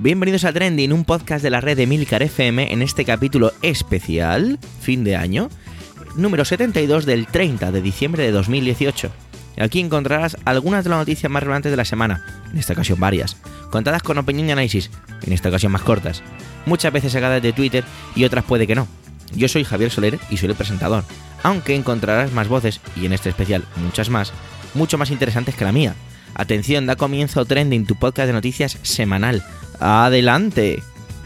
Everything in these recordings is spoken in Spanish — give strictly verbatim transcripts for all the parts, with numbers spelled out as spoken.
Bienvenidos a Trending, un podcast de la red de Emilcar F M en este capítulo especial, fin de año, número setenta y dos del treinta de diciembre de dos mil dieciocho. Aquí encontrarás algunas de las noticias más relevantes de la semana, en esta ocasión varias, contadas con opinión y análisis, en esta ocasión más cortas, muchas veces sacadas de Twitter y otras puede que no. Yo soy Javier Soler y soy el presentador, aunque encontrarás más voces, y en este especial muchas más, mucho más interesantes que la mía. Atención, da comienzo Trending, tu podcast de noticias semanal. ¡Adelante!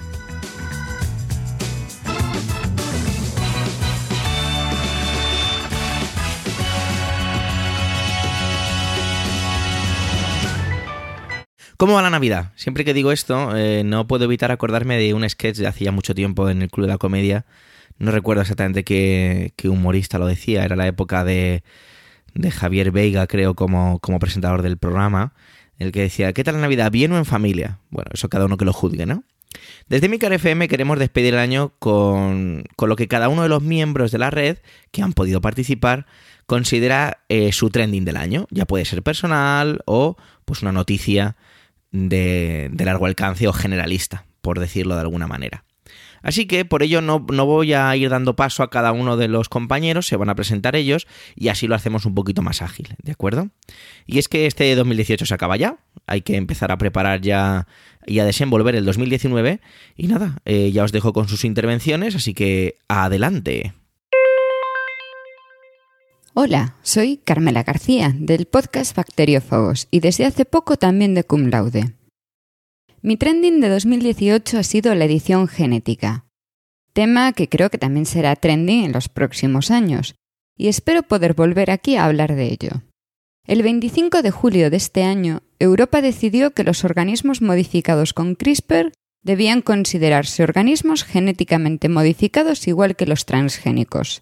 ¿Cómo va la Navidad? Siempre que digo esto, eh, no puedo evitar acordarme de un sketch de hacía mucho tiempo en el Club de la Comedia. No recuerdo exactamente qué, qué humorista lo decía, era la época de... de Javier Veiga, creo, como, como presentador del programa, el que decía, ¿qué tal la Navidad? ¿Bien o en familia? Bueno, eso cada uno que lo juzgue, ¿no? Desde Emilcar F M queremos despedir el año con, con lo que cada uno de los miembros de la red que han podido participar considera eh, su trending del año. Ya puede ser personal o pues una noticia de, de largo alcance o generalista, por decirlo de alguna manera. Así que por ello no, no voy a ir dando paso a cada uno de los compañeros, se van a presentar ellos y así lo hacemos un poquito más ágil, ¿de acuerdo? Y es que este dos mil dieciocho se acaba ya, hay que empezar a preparar ya y a desenvolver el dos mil diecinueve y nada, eh, ya os dejo con sus intervenciones, así que adelante. Hola, soy Carmela García del podcast Bacteriófagos y desde hace poco también de Cum Laude. Mi trending de dos mil dieciocho ha sido la edición genética, tema que creo que también será trending en los próximos años, y espero poder volver aquí a hablar de ello. El veinticinco de julio de este año, Europa decidió que los organismos modificados con CRISPR debían considerarse organismos genéticamente modificados igual que los transgénicos.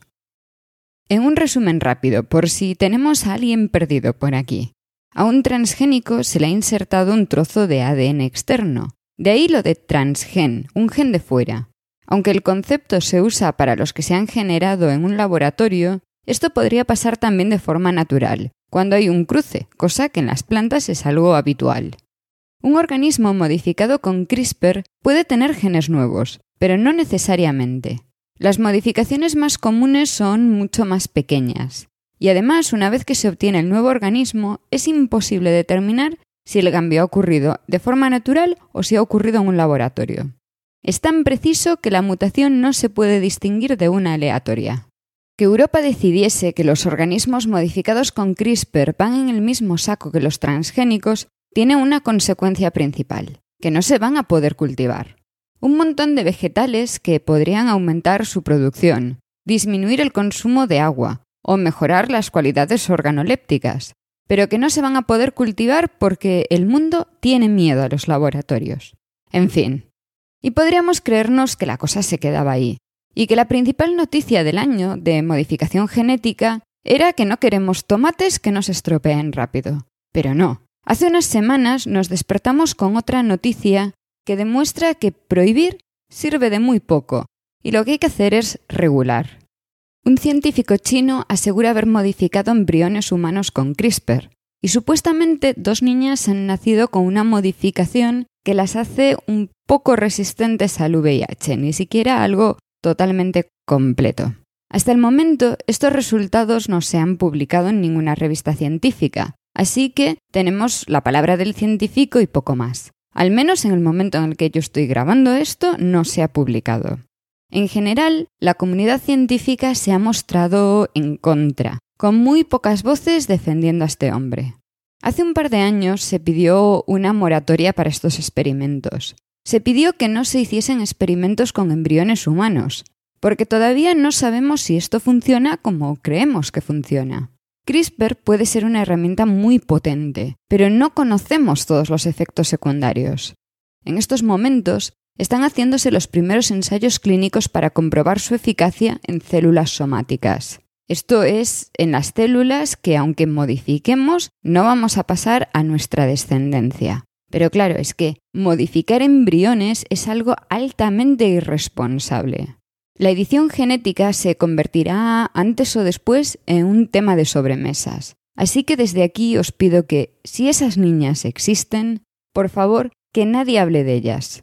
En un resumen rápido, por si tenemos a alguien perdido por aquí. A un transgénico se le ha insertado un trozo de A D N externo. De ahí lo de transgen, un gen de fuera. Aunque el concepto se usa para los que se han generado en un laboratorio, esto podría pasar también de forma natural, cuando hay un cruce, cosa que en las plantas es algo habitual. Un organismo modificado con CRISPR puede tener genes nuevos, pero no necesariamente. Las modificaciones más comunes son mucho más pequeñas. Y además, una vez que se obtiene el nuevo organismo, es imposible determinar si el cambio ha ocurrido de forma natural o si ha ocurrido en un laboratorio. Es tan preciso que la mutación no se puede distinguir de una aleatoria. Que Europa decidiese que los organismos modificados con CRISPR van en el mismo saco que los transgénicos tiene una consecuencia principal, que no se van a poder cultivar. Un montón de vegetales que podrían aumentar su producción, disminuir el consumo de agua, o mejorar las cualidades organolépticas, pero que no se van a poder cultivar porque el mundo tiene miedo a los laboratorios. En fin, y podríamos creernos que la cosa se quedaba ahí, y que la principal noticia del año de modificación genética era que no queremos tomates que nos estropeen rápido. Pero no, hace unas semanas nos despertamos con otra noticia que demuestra que prohibir sirve de muy poco, y lo que hay que hacer es regular. Un científico chino asegura haber modificado embriones humanos con CRISPR y supuestamente dos niñas han nacido con una modificación que las hace un poco resistentes al V I H, ni siquiera algo totalmente completo. Hasta el momento, estos resultados no se han publicado en ninguna revista científica, así que tenemos la palabra del científico y poco más. Al menos en el momento en el que yo estoy grabando esto, no se ha publicado. En general, la comunidad científica se ha mostrado en contra, con muy pocas voces defendiendo a este hombre. Hace un par de años se pidió una moratoria para estos experimentos. Se pidió que no se hiciesen experimentos con embriones humanos, porque todavía no sabemos si esto funciona como creemos que funciona. CRISPR puede ser una herramienta muy potente, pero no conocemos todos los efectos secundarios. En estos momentos, están haciéndose los primeros ensayos clínicos para comprobar su eficacia en células somáticas. Esto es, en las células que, aunque modifiquemos, no vamos a pasar a nuestra descendencia. Pero claro, es que modificar embriones es algo altamente irresponsable. La edición genética se convertirá antes o después en un tema de sobremesas. Así que desde aquí os pido que, si esas niñas existen, por favor, que nadie hable de ellas.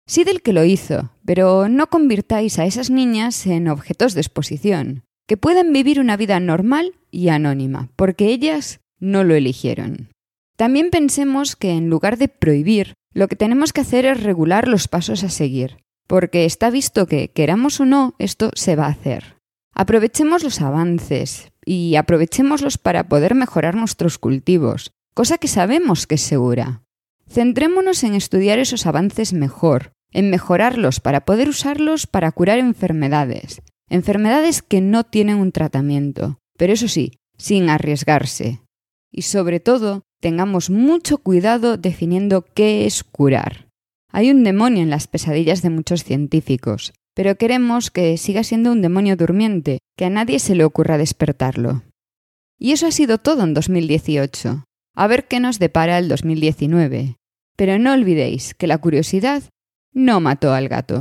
sí del que lo hizo, pero no convirtáis a esas niñas en objetos de exposición, que pueden vivir una vida normal y anónima, porque ellas no lo eligieron. También pensemos que en lugar de prohibir, lo que tenemos que hacer es regular los pasos a seguir, porque está visto que, queramos o no, esto se va a hacer. Aprovechemos los avances y aprovechémoslos para poder mejorar nuestros cultivos, cosa que sabemos que es segura. Centrémonos en estudiar esos avances mejor, en mejorarlos para poder usarlos para curar enfermedades, enfermedades que no tienen un tratamiento, pero eso sí, sin arriesgarse. Y sobre todo, tengamos mucho cuidado definiendo qué es curar. Hay un demonio en las pesadillas de muchos científicos, pero queremos que siga siendo un demonio durmiente, que a nadie se le ocurra despertarlo. Y eso ha sido todo en dos mil dieciocho. A ver qué nos depara el dos mil diecinueve. Pero no olvidéis que la curiosidad no mató al gato.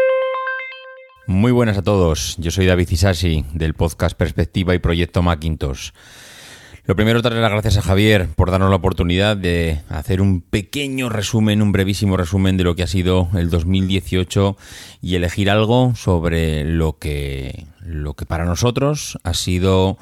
Muy buenas a todos, yo soy David Isasi del podcast Perspectiva y Proyecto Macintosh. Lo primero, darle las gracias a Javier por darnos la oportunidad de hacer un pequeño resumen, un brevísimo resumen de lo que ha sido el dos mil dieciocho y elegir algo sobre lo que, lo que para nosotros ha sido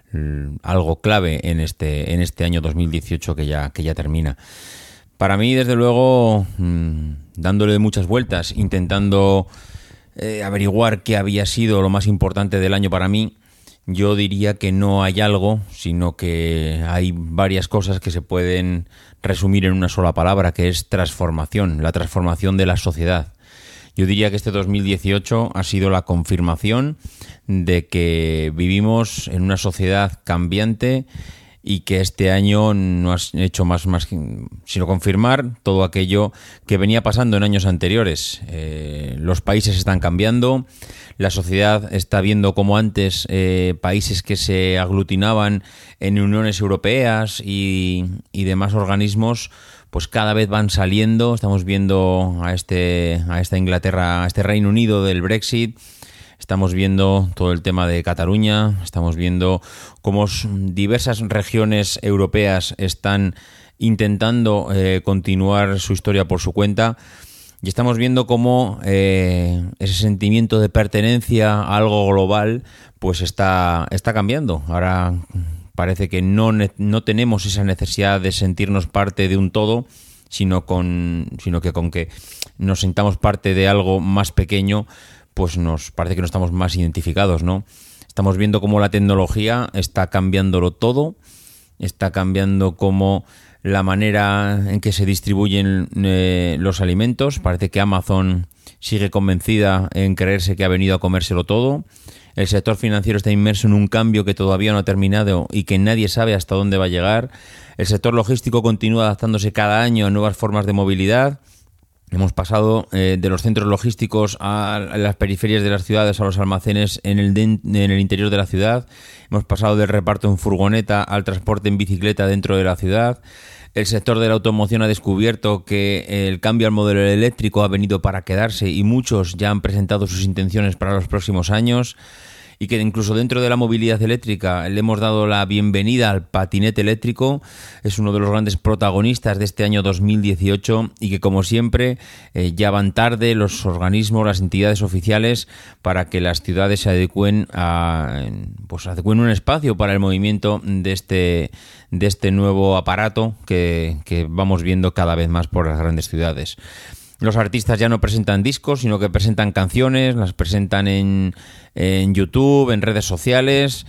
algo clave en este, en este año dos mil dieciocho que ya, que ya termina. Para mí, desde luego, mmm, dándole muchas vueltas, intentando eh, averiguar qué había sido lo más importante del año para mí, yo diría que no hay algo, sino que hay varias cosas que se pueden resumir en una sola palabra, que es transformación, la transformación de la sociedad. Yo diría que este dos mil dieciocho ha sido la confirmación de que vivimos en una sociedad cambiante y que este año no ha hecho más, más sino confirmar todo aquello que venía pasando en años anteriores. Eh, los países están cambiando, la sociedad está viendo como antes eh, países que se aglutinaban en uniones europeas y, y demás organismos, pues cada vez van saliendo. Estamos viendo a este a esta Inglaterra, a este Reino Unido del Brexit. Estamos viendo todo el tema de Cataluña, estamos viendo cómo diversas regiones europeas están intentando eh, continuar su historia por su cuenta y estamos viendo cómo eh, ese sentimiento de pertenencia a algo global pues está, está cambiando. Ahora parece que no, no tenemos esa necesidad de sentirnos parte de un todo, sino, con, sino que con que nos sintamos parte de algo más pequeño, pues nos parece que no estamos más identificados, ¿no? Estamos viendo cómo la tecnología está cambiándolo todo, está cambiando cómo la manera en que se distribuyen eh, los alimentos. Parece que Amazon sigue convencida en creerse que ha venido a comérselo todo. El sector financiero está inmerso en un cambio que todavía no ha terminado y que nadie sabe hasta dónde va a llegar. El sector logístico continúa adaptándose cada año a nuevas formas de movilidad. Hemos pasado eh, de los centros logísticos a las periferias de las ciudades, a los almacenes en el, de, en el interior de la ciudad. Hemos pasado del reparto en furgoneta al transporte en bicicleta dentro de la ciudad. El sector de la automoción ha descubierto que el cambio al modelo eléctrico ha venido para quedarse y muchos ya han presentado sus intenciones para los próximos años. Y que incluso dentro de la movilidad eléctrica le hemos dado la bienvenida al patinete eléctrico. Es uno de los grandes protagonistas de este año dos mil dieciocho y que, como siempre, eh, ya van tarde los organismos, las entidades oficiales para que las ciudades se adecúen a, pues adecúen un espacio para el movimiento de este, de este nuevo aparato que, que vamos viendo cada vez más por las grandes ciudades. Los artistas ya no presentan discos, sino que presentan canciones, las presentan en, en YouTube, en redes sociales.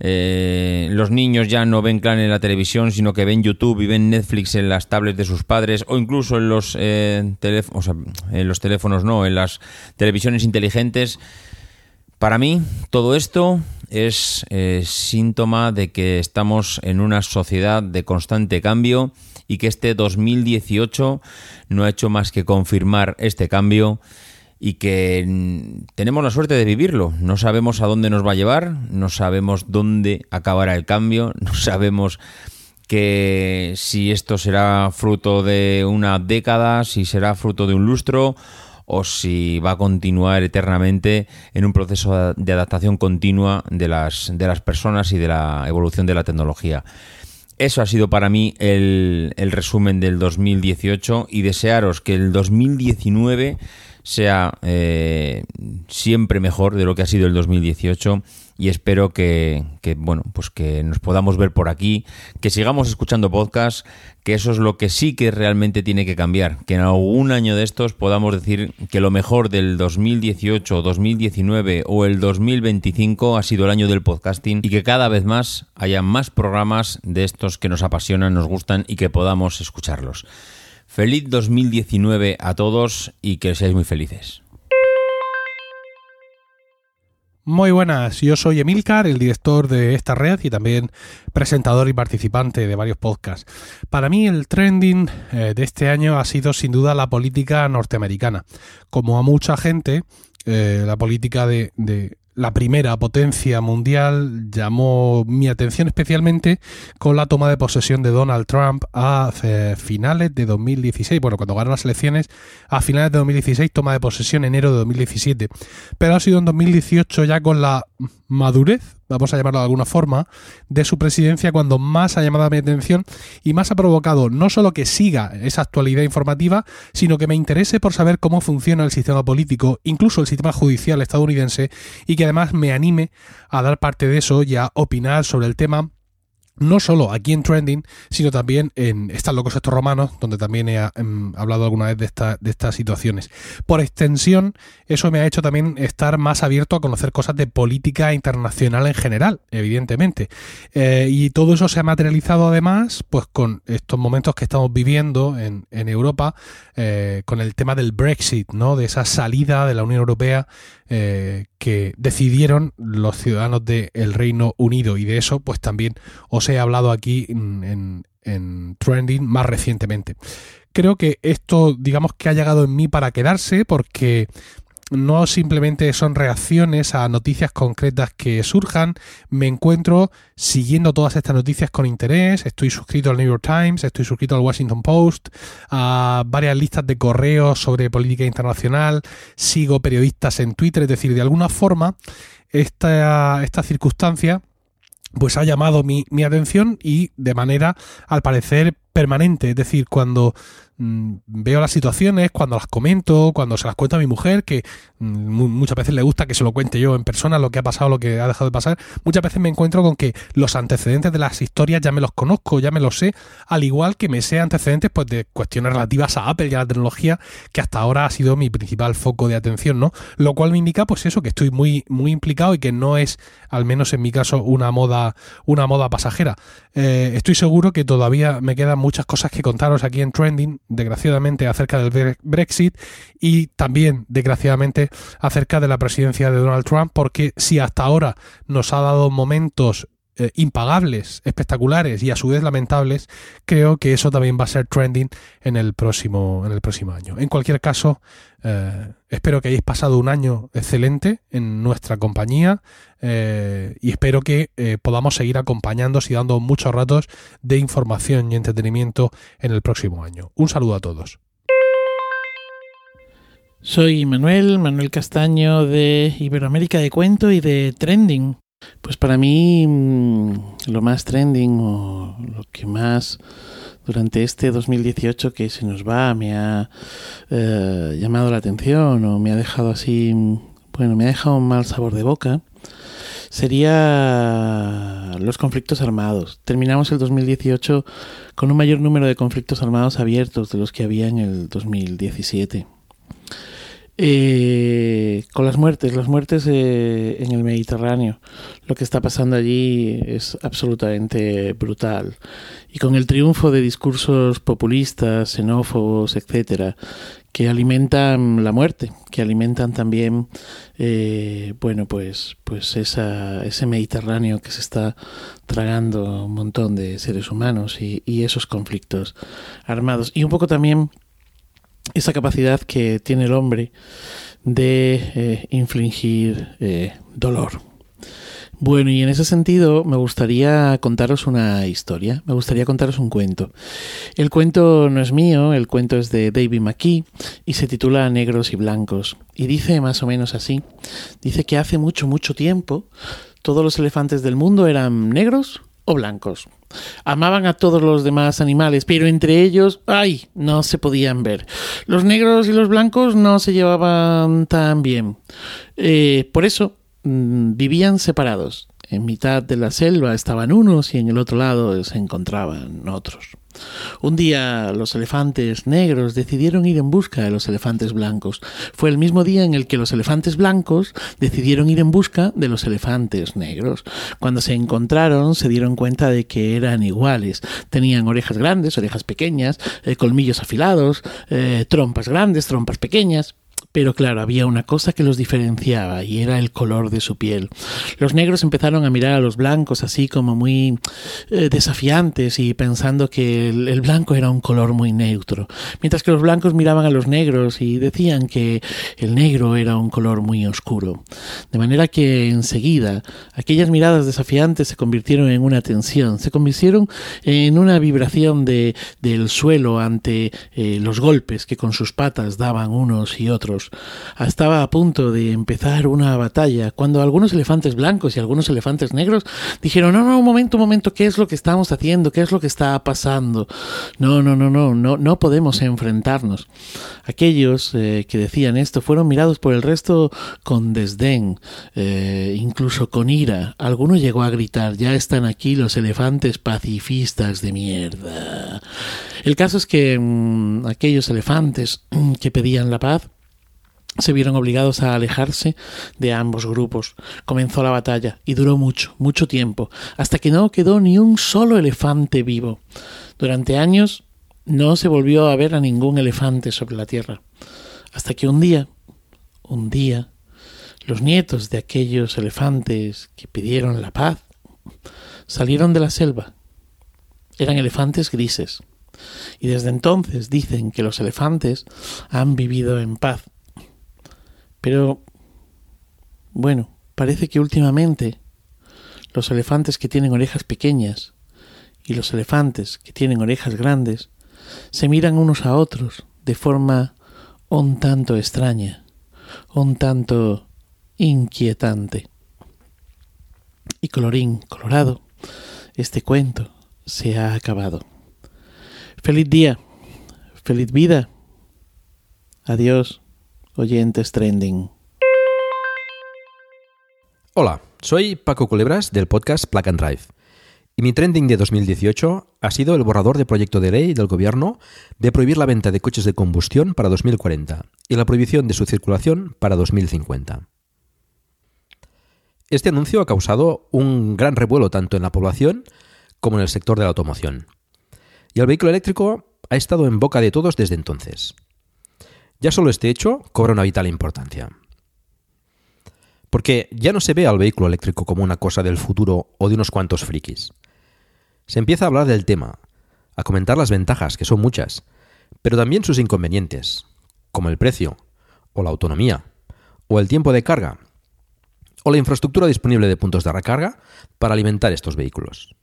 Eh, los niños ya no ven Clan en la televisión, sino que ven YouTube y ven Netflix en las tablets de sus padres o incluso en los, eh, teléfonos, o sea, en los teléfonos, no, en las televisiones inteligentes. Para mí, todo esto es eh, síntoma de que estamos en una sociedad de constante cambio y que este dos mil dieciocho no ha hecho más que confirmar este cambio y que tenemos la suerte de vivirlo. No sabemos a dónde nos va a llevar, no sabemos dónde acabará el cambio, no sabemos que si esto será fruto de una década, si será fruto de un lustro o si va a continuar eternamente en un proceso de adaptación continua de las, de las personas y de la evolución de la tecnología. Eso ha sido para mí el, el resumen del dos mil dieciocho y desearos que el dos mil diecinueve sea eh, siempre mejor de lo que ha sido el dos mil dieciocho y espero que, que bueno pues que nos podamos ver por aquí, que sigamos escuchando podcasts, que eso es lo que sí que realmente tiene que cambiar, que en algún año de estos podamos decir que lo mejor del dos mil dieciocho, dos mil diecinueve o el dos mil veinticinco ha sido el año del podcasting y que cada vez más haya más programas de estos que nos apasionan, nos gustan y que podamos escucharlos. Feliz dos mil diecinueve a todos y que seáis muy felices. Muy buenas, yo soy Emilcar, el director de esta red y también presentador y participante de varios podcasts. Para mí el trending eh, de este año ha sido sin duda la política norteamericana. Como a mucha gente, eh, la política de... de la primera potencia mundial llamó mi atención especialmente con la toma de posesión de Donald Trump a eh, finales de dos mil dieciséis. Bueno, cuando ganó las elecciones a finales de dos mil dieciséis, toma de posesión enero de dos mil diecisiete. Pero ha sido en dos mil dieciocho ya con la madurez, vamos a llamarlo de alguna forma, de su presidencia cuando más ha llamado mi atención y más ha provocado no solo que siga esa actualidad informativa, sino que me interese por saber cómo funciona el sistema político, incluso el sistema judicial estadounidense, y que además me anime a dar parte de eso y a opinar sobre el tema, no solo aquí en Trending, sino también en Están locos estos romanos, donde también he um, hablado alguna vez de, esta, de estas situaciones. Por extensión, eso me ha hecho también estar más abierto a conocer cosas de política internacional en general, evidentemente. Eh, y todo eso se ha materializado además pues con estos momentos que estamos viviendo en, en Europa, eh, con el tema del Brexit, ¿no? De esa salida de la Unión Europea eh, que decidieron los ciudadanos del Reino Unido, y de eso pues también os he hablado aquí en, en, en Trending más recientemente. Creo que esto, digamos que ha llegado en mí para quedarse, porque no simplemente son reacciones a noticias concretas que surjan. Me encuentro siguiendo todas estas noticias con interés. Estoy suscrito al New York Times, estoy suscrito al Washington Post, a varias listas de correos sobre política internacional, sigo periodistas en Twitter. Es decir, de alguna forma esta, esta circunstancia pues ha llamado mi, mi atención y de manera, al parecer, permanente. Es decir, cuando mmm, veo las situaciones, cuando las comento, cuando se las cuento a mi mujer, que mmm, muchas veces le gusta que se lo cuente yo en persona, lo que ha pasado, lo que ha dejado de pasar, muchas veces me encuentro con que los antecedentes de las historias ya me los conozco, ya me los sé, al igual que me sé antecedentes pues de cuestiones relativas a Apple y a la tecnología, que hasta ahora ha sido mi principal foco de atención, ¿no? Lo cual me indica pues eso, que estoy muy, muy implicado y que no es, al menos en mi caso, una moda, una moda pasajera. Eh, estoy seguro que todavía me quedan muchas cosas que contaros aquí en Trending, desgraciadamente, acerca del Brexit y también, desgraciadamente, acerca de la presidencia de Donald Trump, porque si hasta ahora nos ha dado momentos eh, impagables, espectaculares y a su vez lamentables, creo que eso también va a ser trending en el próximo, en el próximo año. En cualquier caso, eh, espero que hayáis pasado un año excelente en nuestra compañía eh, y espero que eh, podamos seguir acompañándoos y dando muchos ratos de información y entretenimiento en el próximo año. Un saludo a todos. Soy Manuel, Manuel Castaño de Iberoamérica de Cuento y de Trending. Pues para mí lo más trending o lo que más durante este dos mil dieciocho que se nos va me ha eh, llamado la atención o me ha dejado así, bueno, me ha dejado un mal sabor de boca, sería los conflictos armados. Terminamos el dos mil dieciocho con un mayor número de conflictos armados abiertos de los que había en el dos mil diecisiete. Eh, con las muertes, las muertes eh, en el Mediterráneo, lo que está pasando allí es absolutamente brutal. Y con el triunfo de discursos populistas, xenófobos, etcétera, que alimentan la muerte, que alimentan también, eh, bueno, pues, pues esa, ese Mediterráneo que se está tragando un montón de seres humanos y, y esos conflictos armados. Y un poco también esa capacidad que tiene el hombre de eh, infligir eh, dolor. Bueno, y en ese sentido me gustaría contaros una historia, me gustaría contaros un cuento. El cuento no es mío, el cuento es de David McKee y se titula Negros y Blancos. Y dice más o menos así, dice que hace mucho, mucho tiempo todos los elefantes del mundo eran negros o blancos. Amaban a todos los demás animales, pero entre ellos, ¡ay!, no se podían ver. Los negros y los blancos no se llevaban tan bien. Eh, por eso mmm, vivían separados. En mitad de la selva estaban unos y en el otro lado se encontraban otros. Un día los elefantes negros decidieron ir en busca de los elefantes blancos. Fue el mismo día en el que los elefantes blancos decidieron ir en busca de los elefantes negros. Cuando se encontraron se dieron cuenta de que eran iguales. Tenían orejas grandes, orejas pequeñas, eh, colmillos afilados, eh, trompas grandes, trompas pequeñas. Pero claro, había una cosa que los diferenciaba y era el color de su piel. Los negros empezaron a mirar a los blancos así como muy eh, desafiantes y pensando que el, el blanco era un color muy neutro. Mientras que los blancos miraban a los negros y decían que el negro era un color muy oscuro. De manera que enseguida aquellas miradas desafiantes se convirtieron en una tensión, se convirtieron en una vibración de, del suelo ante eh, los golpes que con sus patas daban unos y otros. Estaba a punto de empezar una batalla cuando algunos elefantes blancos y algunos elefantes negros dijeron, no, no, un momento, un momento, ¿qué es lo que estamos haciendo? ¿Qué es lo que está pasando? No, no, no, no, no, no podemos enfrentarnos. Aquellos eh, que decían esto fueron mirados por el resto con desdén, eh, incluso con ira. Alguno llegó a gritar, ya están aquí los elefantes pacifistas de mierda. El caso es que mmm, aquellos elefantes que pedían la paz se vieron obligados a alejarse de ambos grupos. Comenzó la batalla y duró mucho, mucho tiempo, hasta que no quedó ni un solo elefante vivo. Durante años no se volvió a ver a ningún elefante sobre la tierra, hasta que un día, un día, los nietos de aquellos elefantes que pidieron la paz salieron de la selva. Eran elefantes grises, y desde entonces dicen que los elefantes han vivido en paz. Pero, bueno, parece que últimamente los elefantes que tienen orejas pequeñas y los elefantes que tienen orejas grandes se miran unos a otros de forma un tanto extraña, un tanto inquietante. Y colorín colorado, este cuento se ha acabado. Feliz día, feliz vida. Adiós. Oyentes Trending. Hola, soy Paco Culebras del podcast Plug and Drive. Y mi trending de dos mil dieciocho ha sido el borrador de proyecto de ley del Gobierno de prohibir la venta de coches de combustión para dos mil cuarenta y la prohibición de su circulación para dos mil cincuenta. Este anuncio ha causado un gran revuelo tanto en la población como en el sector de la automoción. Y el vehículo eléctrico ha estado en boca de todos desde entonces. Ya solo este hecho cobra una vital importancia. Porque ya no se ve al vehículo eléctrico como una cosa del futuro o de unos cuantos frikis. Se empieza a hablar del tema, a comentar las ventajas, que son muchas, pero también sus inconvenientes, como el precio, o la autonomía, o el tiempo de carga, o la infraestructura disponible de puntos de recarga para alimentar estos vehículos.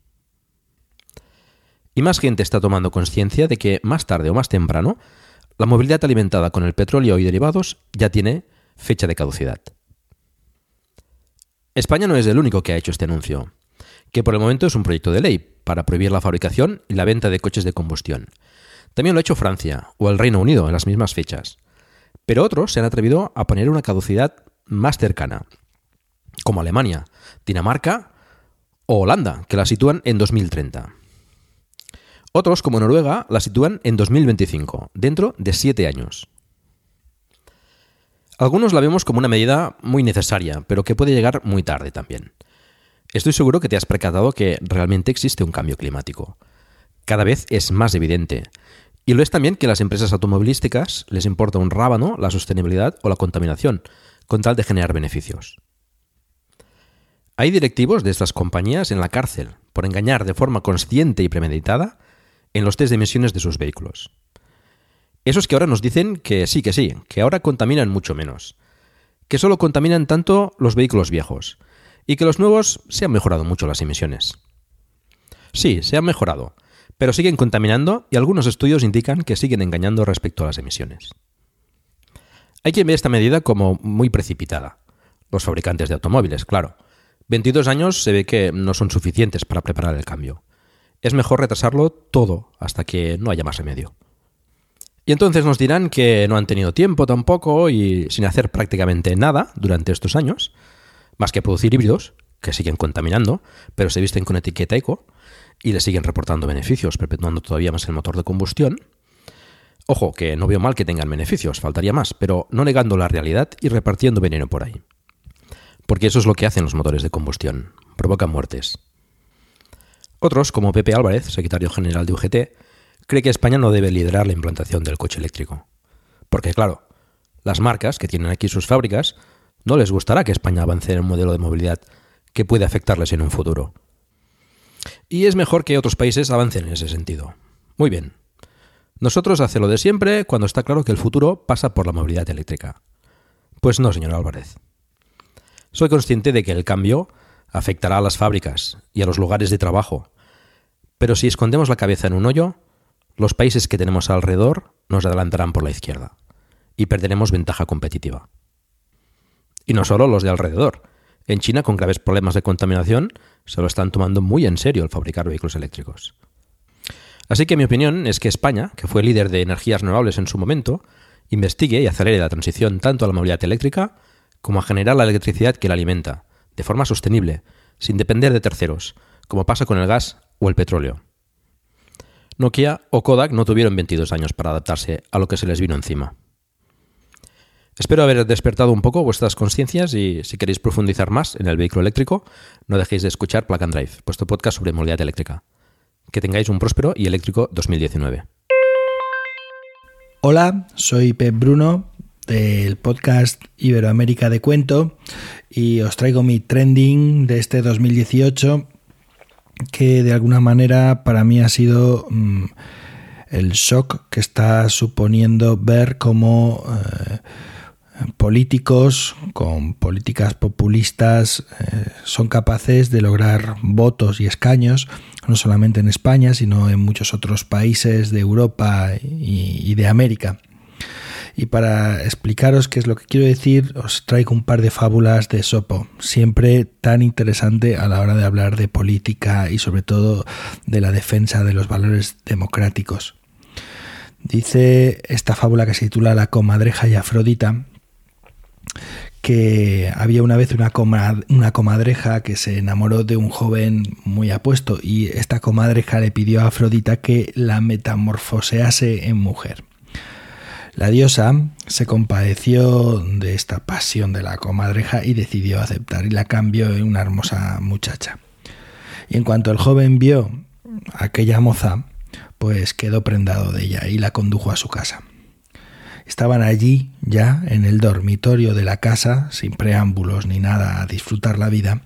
Y más gente está tomando conciencia de que más tarde o más temprano la movilidad alimentada con el petróleo y derivados ya tiene fecha de caducidad. España no es el único que ha hecho este anuncio, que por el momento es un proyecto de ley para prohibir la fabricación y la venta de coches de combustión. También lo ha hecho Francia o el Reino Unido en las mismas fechas. Pero otros se han atrevido a poner una caducidad más cercana, como Alemania, Dinamarca o Holanda, que la sitúan en dos mil treinta. Otros, como Noruega, la sitúan en dos mil veinticinco, dentro de siete años. Algunos la vemos como una medida muy necesaria, pero que puede llegar muy tarde también. Estoy seguro que te has percatado que realmente existe un cambio climático. Cada vez es más evidente. Y lo es también que a las empresas automovilísticas les importa un rábano la sostenibilidad o la contaminación, con tal de generar beneficios. Hay directivos de estas compañías en la cárcel por engañar de forma consciente y premeditada en los test de emisiones de sus vehículos. Esos que ahora nos dicen que sí, que sí, que ahora contaminan mucho menos, que solo contaminan tanto los vehículos viejos y que los nuevos se han mejorado mucho las emisiones. Sí, se han mejorado, pero siguen contaminando y algunos estudios indican que siguen engañando respecto a las emisiones. Hay quien ve esta medida como muy precipitada, los fabricantes de automóviles, claro, veintidós años se ve que no son suficientes para preparar el cambio. Es mejor retrasarlo todo hasta que no haya más remedio. Y entonces nos dirán que no han tenido tiempo tampoco y sin hacer prácticamente nada durante estos años, más que producir híbridos, que siguen contaminando, pero se visten con etiqueta eco y le siguen reportando beneficios, perpetuando todavía más el motor de combustión. Ojo, que no veo mal que tengan beneficios, faltaría más, pero no negando la realidad y repartiendo veneno por ahí. Porque eso es lo que hacen los motores de combustión, provocan muertes. Otros, como Pepe Álvarez, secretario general de U G T, cree que España no debe liderar la implantación del coche eléctrico. Porque, claro, las marcas que tienen aquí sus fábricas no les gustará que España avance en un modelo de movilidad que puede afectarles en un futuro. Y es mejor que otros países avancen en ese sentido. Muy bien. Nosotros hacemos lo de siempre cuando está claro que el futuro pasa por la movilidad eléctrica. Pues no, señor Álvarez. Soy consciente de que el cambio afectará a las fábricas y a los lugares de trabajo. Pero si escondemos la cabeza en un hoyo, los países que tenemos alrededor nos adelantarán por la izquierda y perderemos ventaja competitiva. Y no solo los de alrededor. En China, con graves problemas de contaminación, se lo están tomando muy en serio el fabricar vehículos eléctricos. Así que mi opinión es que España, que fue líder de energías renovables en su momento, investigue y acelere la transición tanto a la movilidad eléctrica como a generar la electricidad que la alimenta, de forma sostenible, sin depender de terceros, como pasa con el gas o el petróleo. Nokia o Kodak no tuvieron veintidós años para adaptarse a lo que se les vino encima. Espero haber despertado un poco vuestras conciencias y si queréis profundizar más en el vehículo eléctrico, no dejéis de escuchar Plug and Drive, vuestro podcast sobre movilidad eléctrica. Que tengáis un próspero y eléctrico dos mil diecinueve. Hola, soy Pep Bruno del podcast Iberoamérica de Cuento y os traigo mi trending de este dos mil dieciocho que de alguna manera para mí ha sido mmm, el shock que está suponiendo ver cómo eh, políticos con políticas populistas eh, son capaces de lograr votos y escaños, no solamente en España, sino en muchos otros países de Europa y, y de América. Y para explicaros qué es lo que quiero decir, os traigo un par de fábulas de Esopo, siempre tan interesante a la hora de hablar de política y sobre todo de la defensa de los valores democráticos. Dice esta fábula que se titula La comadreja y Afrodita, que había una vez una, comad- una comadreja que se enamoró de un joven muy apuesto y esta comadreja le pidió a Afrodita que la metamorfosease en mujer. La diosa se compadeció de esta pasión de la comadreja y decidió aceptar y la cambió en una hermosa muchacha. Y en cuanto el joven vio a aquella moza, pues quedó prendado de ella y la condujo a su casa. Estaban allí, ya en el dormitorio de la casa, sin preámbulos ni nada, a disfrutar la vida,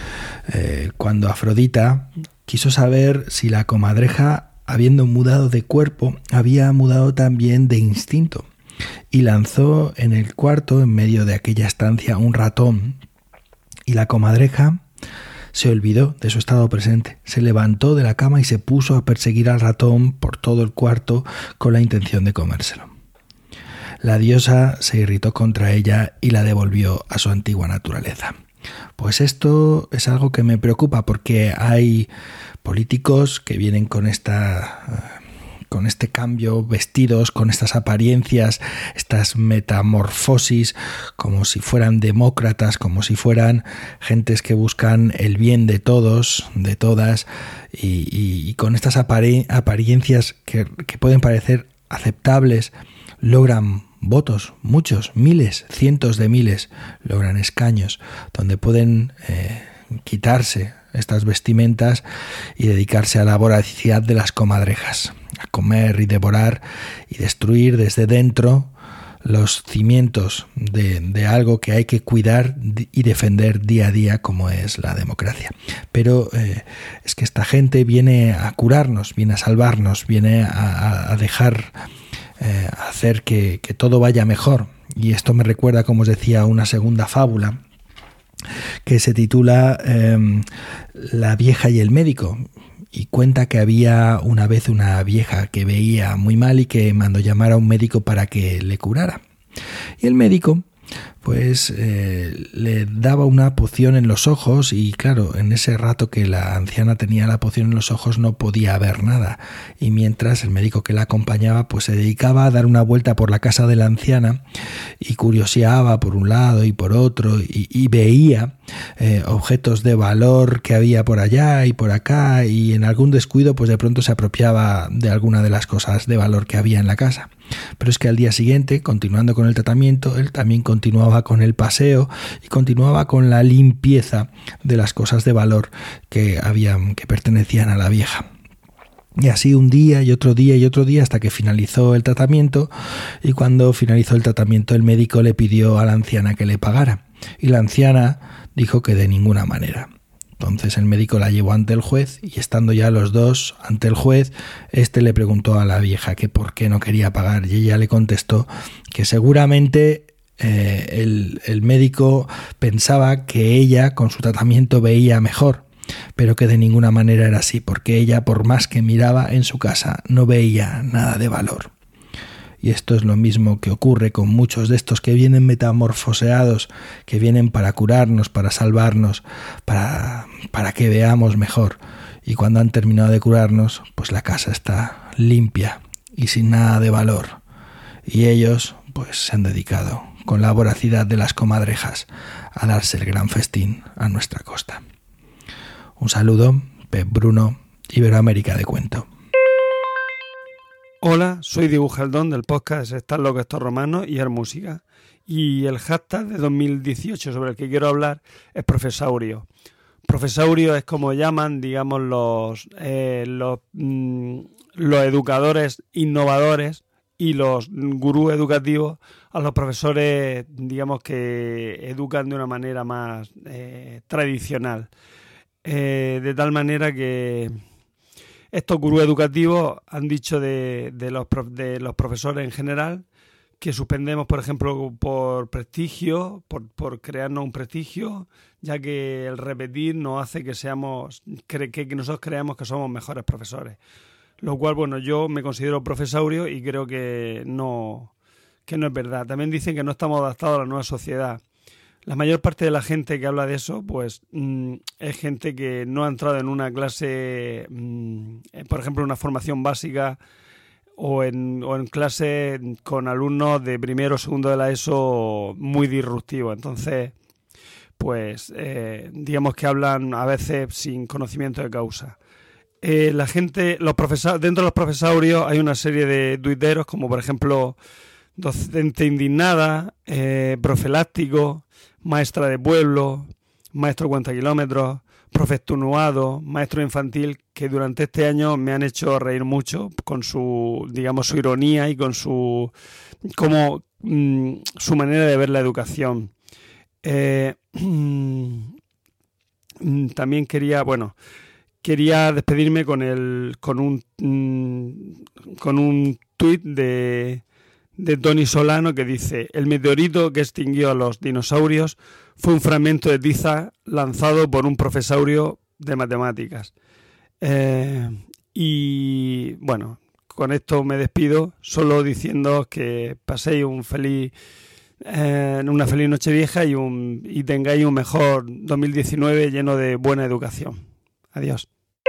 eh, cuando Afrodita quiso saber si la comadreja, habiendo mudado de cuerpo, había mudado también de instinto, y lanzó en el cuarto, en medio de aquella estancia, un ratón, y la comadreja se olvidó de su estado presente, se levantó de la cama y se puso a perseguir al ratón por todo el cuarto con la intención de comérselo. La diosa se irritó contra ella y la devolvió a su antigua naturaleza. Pues esto es algo que me preocupa porque hay políticos que vienen con esta con este cambio, vestidos con estas apariencias, estas metamorfosis, como si fueran demócratas, como si fueran gentes que buscan el bien de todos, de todas, y, y, y con estas apare- apariencias que, que pueden parecer aceptables, logran votos, muchos, miles, cientos de miles, logran escaños, donde pueden eh, quitarse estas vestimentas y dedicarse a la voracidad de las comadrejas, a comer y devorar y destruir desde dentro los cimientos de, de algo que hay que cuidar y defender día a día, como es la democracia. Pero eh, es que esta gente viene a curarnos, viene a salvarnos, viene a, a dejar eh, a hacer que, que todo vaya mejor. Y esto me recuerda, como os decía, a una segunda fábula que se titula eh, La vieja y el médico, y cuenta que había una vez una vieja que veía muy mal y que mandó llamar a un médico para que le curara. Y el médico pues eh, le daba una poción en los ojos y claro, en ese rato que la anciana tenía la poción en los ojos no podía ver nada, y mientras el médico que la acompañaba pues se dedicaba a dar una vuelta por la casa de la anciana y curioseaba por un lado y por otro y, y veía eh, objetos de valor que había por allá y por acá, y en algún descuido pues de pronto se apropiaba de alguna de las cosas de valor que había en la casa. Pero es que al día siguiente, continuando con el tratamiento, él también continuaba con el paseo y continuaba con la limpieza de las cosas de valor que habían, que pertenecían a la vieja. Y así un día y otro día y otro día hasta que finalizó el tratamiento, y cuando finalizó el tratamiento el médico le pidió a la anciana que le pagara y la anciana dijo que de ninguna manera. Entonces el médico la llevó ante el juez y estando ya los dos ante el juez, este le preguntó a la vieja que por qué no quería pagar y ella le contestó que seguramente eh, el, el médico pensaba que ella con su tratamiento veía mejor, pero que de ninguna manera era así, porque ella por más que miraba en su casa no veía nada de valor. Y esto es lo mismo que ocurre con muchos de estos que vienen metamorfoseados, que vienen para curarnos, para salvarnos, para, para que veamos mejor. Y cuando han terminado de curarnos, pues la casa está limpia y sin nada de valor. Y ellos pues se han dedicado, con la voracidad de las comadrejas, a darse el gran festín a nuestra costa. Un saludo, Pep Bruno, Iberoamérica de Cuento. Hola, soy Dibujaldón del podcast Están locos estos romanos y Música, y el hashtag de dos mil dieciocho sobre el que quiero hablar es Profesaurio. Profesaurio es como llaman, digamos, los, eh, los, mm, los educadores innovadores y los gurús educativos a los profesores, digamos, que educan de una manera más eh, tradicional. Eh, de tal manera que estos gurús educativos han dicho de, de, los, de los profesores en general que suspendemos, por ejemplo, por prestigio, por, por crearnos un prestigio, ya que el repetir nos hace que seamos, que, que nosotros creamos que somos mejores profesores. Lo cual, bueno, yo me considero profesaurio y creo que no, que no es verdad. También dicen que no estamos adaptados a la nueva sociedad. La mayor parte de la gente que habla de eso, pues mmm, es gente que no ha entrado en una clase, mmm, por ejemplo, una formación básica o en, o en clase con alumnos de primero o segundo de la ESO muy disruptivos. Entonces, pues eh, digamos que hablan a veces sin conocimiento de causa. Eh, la gente, los profesores, dentro de los profesaurios hay una serie de tuiteros como por ejemplo Docente Indignada, eh, Profiláctico, Maestra de Pueblo, Maestro Cuenta Kilómetros, Profe Extenuado, Maestro Infantil, que durante este año me han hecho reír mucho con su, digamos, su ironía y con su, como, mmm, su manera de ver la educación. Eh, también quería, bueno, quería despedirme con el, con un, mmm, con un tuit de de Tony Solano que dice: el meteorito que extinguió a los dinosaurios fue un fragmento de tiza lanzado por un profesaurio de matemáticas. Eh, y bueno, con esto me despido, solo diciendo que paséis un feliz, eh, una feliz Nochevieja y, un, y tengáis un mejor dos mil diecinueve lleno de buena educación. Adiós.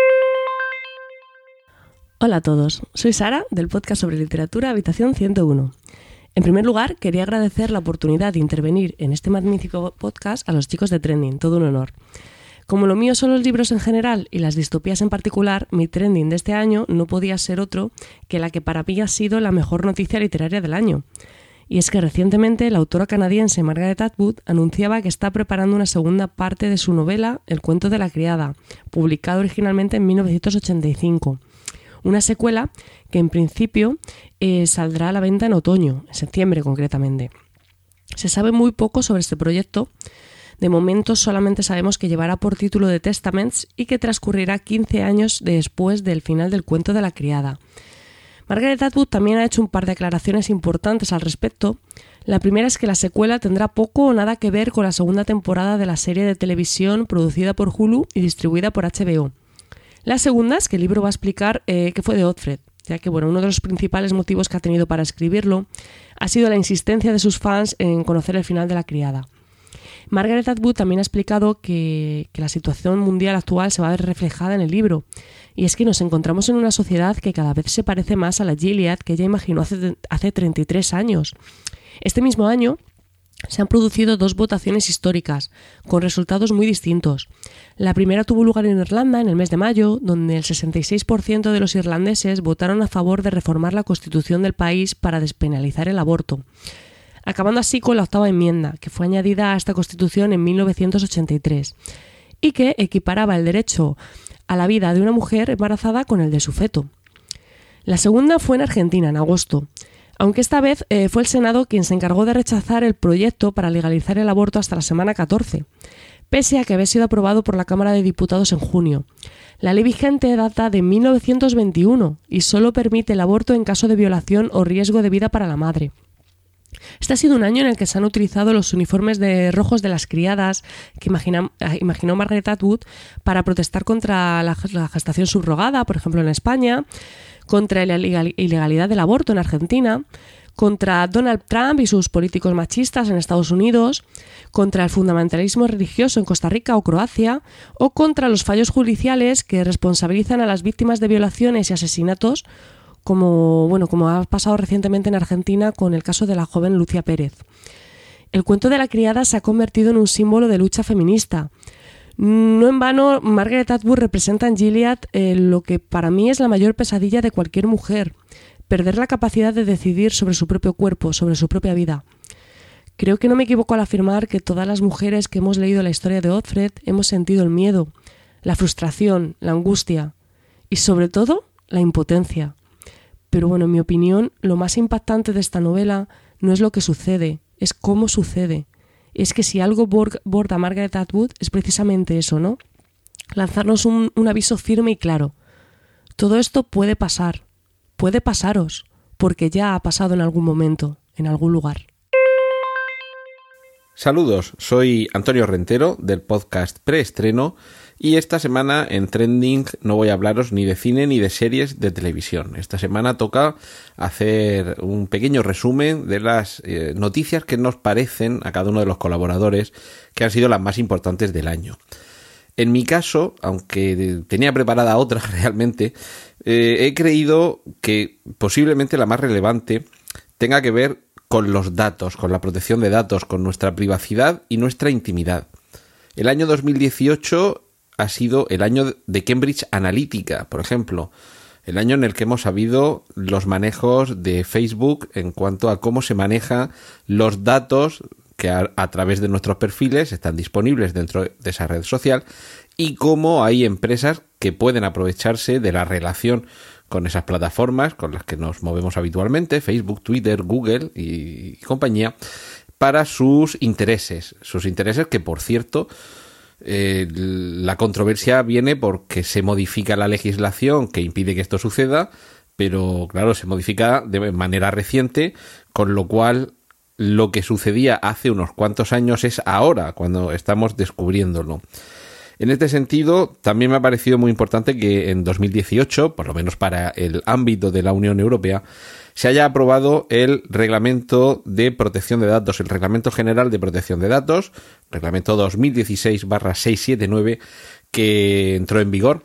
Hola a todos, soy Sara del podcast sobre literatura Habitación ciento uno. En primer lugar, quería agradecer la oportunidad de intervenir en este magnífico podcast a los chicos de Trending, todo un honor. Como lo mío son los libros en general y las distopías en particular, mi trending de este año no podía ser otro que la que para mí ha sido la mejor noticia literaria del año. Y es que recientemente la autora canadiense Margaret Atwood anunciaba que está preparando una segunda parte de su novela El cuento de la criada, publicada originalmente en mil novecientos ochenta y cinco. Una secuela que en principio eh, saldrá a la venta en otoño, en septiembre concretamente. Se sabe muy poco sobre este proyecto. De momento solamente sabemos que llevará por título The Testaments y que transcurrirá quince años después del final del cuento de la criada. Margaret Atwood también ha hecho un par de declaraciones importantes al respecto. La primera es que la secuela tendrá poco o nada que ver con la segunda temporada de la serie de televisión producida por Hulu y distribuida por H B O. La segunda es que el libro va a explicar eh, qué fue de Oddfred, ya que bueno, uno de los principales motivos que ha tenido para escribirlo ha sido la insistencia de sus fans en conocer el final de La criada. Margaret Atwood también ha explicado que, que la situación mundial actual se va a ver reflejada en el libro, y es que nos encontramos en una sociedad que cada vez se parece más a la Gilead que ella imaginó hace, hace treinta y tres años. Este mismo año se han producido dos votaciones históricas, con resultados muy distintos. La primera tuvo lugar en Irlanda en el mes de mayo, donde el sesenta y seis por ciento de los irlandeses votaron a favor de reformar la constitución del país para despenalizar el aborto, acabando así con la octava enmienda, que fue añadida a esta Constitución en mil novecientos ochenta y tres, y que equiparaba el derecho a la vida de una mujer embarazada con el de su feto. La segunda fue en Argentina, en agosto, aunque esta vez eh, fue el Senado quien se encargó de rechazar el proyecto para legalizar el aborto hasta la semana catorce, pese a que había sido aprobado por la Cámara de Diputados en junio. La ley vigente data de mil novecientos veintiuno y solo permite el aborto en caso de violación o riesgo de vida para la madre. Este ha sido un año en el que se han utilizado los uniformes de rojos de las criadas que imagina, imaginó Margaret Atwood para protestar contra la, la gestación subrogada, por ejemplo en España, contra la ilegalidad del aborto en Argentina, contra Donald Trump y sus políticos machistas en Estados Unidos, contra el fundamentalismo religioso en Costa Rica o Croacia, o contra los fallos judiciales que responsabilizan a las víctimas de violaciones y asesinatos, como, bueno, como ha pasado recientemente en Argentina con el caso de la joven Lucia Pérez. El cuento de la criada se ha convertido en un símbolo de lucha feminista. No en vano, Margaret Atwood representa en Gilead eh, lo que para mí es la mayor pesadilla de cualquier mujer: perder la capacidad de decidir sobre su propio cuerpo, sobre su propia vida. Creo que no me equivoco al afirmar que todas las mujeres que hemos leído la historia de Odfred hemos sentido el miedo, la frustración, la angustia y sobre todo la impotencia. Pero bueno, en mi opinión, lo más impactante de esta novela no es lo que sucede, es cómo sucede. Es que si algo borda Margaret Atwood es precisamente eso, ¿no? Lanzarnos un, un aviso firme y claro. Todo esto puede pasar, puede pasaros, porque ya ha pasado en algún momento, en algún lugar. Saludos, soy Antonio Rentero del podcast Preestreno y esta semana en Trending no voy a hablaros ni de cine ni de series de televisión. Esta semana toca hacer un pequeño resumen de las eh, noticias que nos parecen a cada uno de los colaboradores que han sido las más importantes del año. En mi caso, aunque tenía preparada otra realmente, eh, he creído que posiblemente la más relevante tenga que ver con los datos, con la protección de datos, con nuestra privacidad y nuestra intimidad. El año dos mil dieciocho ha sido el año de Cambridge Analytica, por ejemplo, el año en el que hemos sabido los manejos de Facebook en cuanto a cómo se manejan los datos que a, a través de nuestros perfiles están disponibles dentro de esa red social y cómo hay empresas que pueden aprovecharse de la relación con esas plataformas con las que nos movemos habitualmente, Facebook, Twitter, Google y, y compañía, para sus intereses. Sus intereses que, por cierto, eh, la controversia viene porque se modifica la legislación que impide que esto suceda, pero claro, se modifica de manera reciente, con lo cual lo que sucedía hace unos cuantos años es ahora, cuando estamos descubriéndolo. En este sentido, también me ha parecido muy importante que en dos mil dieciocho, por lo menos para el ámbito de la Unión Europea, se haya aprobado el Reglamento de Protección de Datos, el Reglamento General de Protección de Datos, Reglamento dos mil dieciséis barra seiscientos setenta y nueve, que entró en vigor,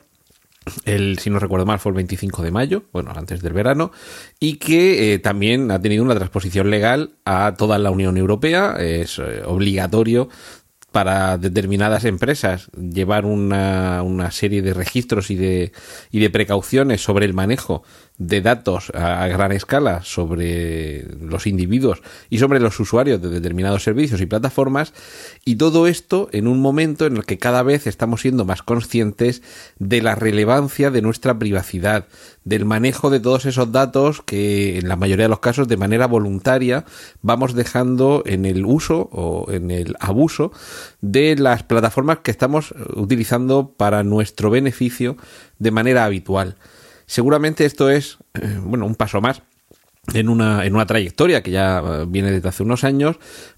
el, si no recuerdo mal, fue el veinticinco de mayo, bueno, antes del verano, y que eh, también ha tenido una transposición legal a toda la Unión Europea. Es eh, obligatorio para determinadas empresas llevar una, una serie de registros y de, y de precauciones sobre el manejo de datos a, a gran escala sobre los individuos y sobre los usuarios de determinados servicios y plataformas, y todo esto en un momento en el que cada vez estamos siendo más conscientes de la relevancia de nuestra privacidad, del manejo de todos esos datos que en la mayoría de los casos de manera voluntaria vamos dejando en el uso o en el abuso de las plataformas que estamos utilizando para nuestro beneficio de manera habitual. Seguramente esto es eh, bueno, un paso más en una, en una trayectoria que ya viene desde hace unos años,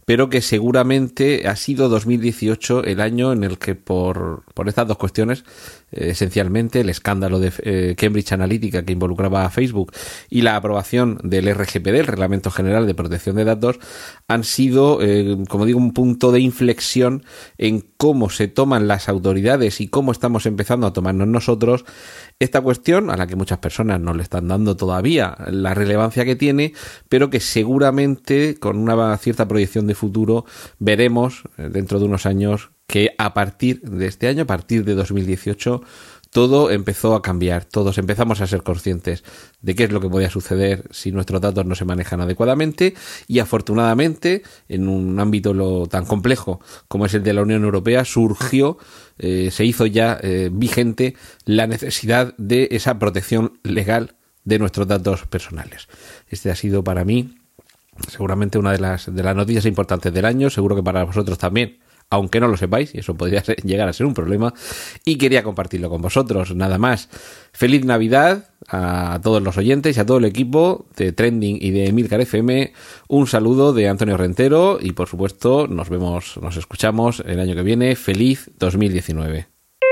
pero que seguramente ha sido dos mil dieciocho el año en el que por, por estas dos cuestiones, eh, esencialmente el escándalo de eh, Cambridge Analytica que involucraba a Facebook y la aprobación del R G P D, el Reglamento General de Protección de Datos, han sido, eh, como digo, un punto de inflexión en cómo se toman las autoridades y cómo estamos empezando a tomarnos nosotros esta cuestión, a la que muchas personas no le están dando todavía la relevancia que tiene, pero que seguramente con una cierta proyección de futuro veremos dentro de unos años que a partir de este año, a partir de dos mil dieciocho, todo empezó a cambiar. Todos empezamos a ser conscientes de qué es lo que podía suceder si nuestros datos no se manejan adecuadamente, y afortunadamente en un ámbito lo tan complejo como es el de la Unión Europea surgió, eh, se hizo ya eh, vigente la necesidad de esa protección legal de nuestros datos personales. Este ha sido para mí seguramente una de las, de las noticias importantes del año, seguro que para vosotros también, aunque no lo sepáis, y eso podría ser, llegar a ser un problema, y quería compartirlo con vosotros, nada más. Feliz Navidad a todos los oyentes y a todo el equipo de Trending y de Emilcar F M. Un saludo de Antonio Rentero y, por supuesto, nos vemos, nos escuchamos el año que viene. Feliz dos mil diecinueve.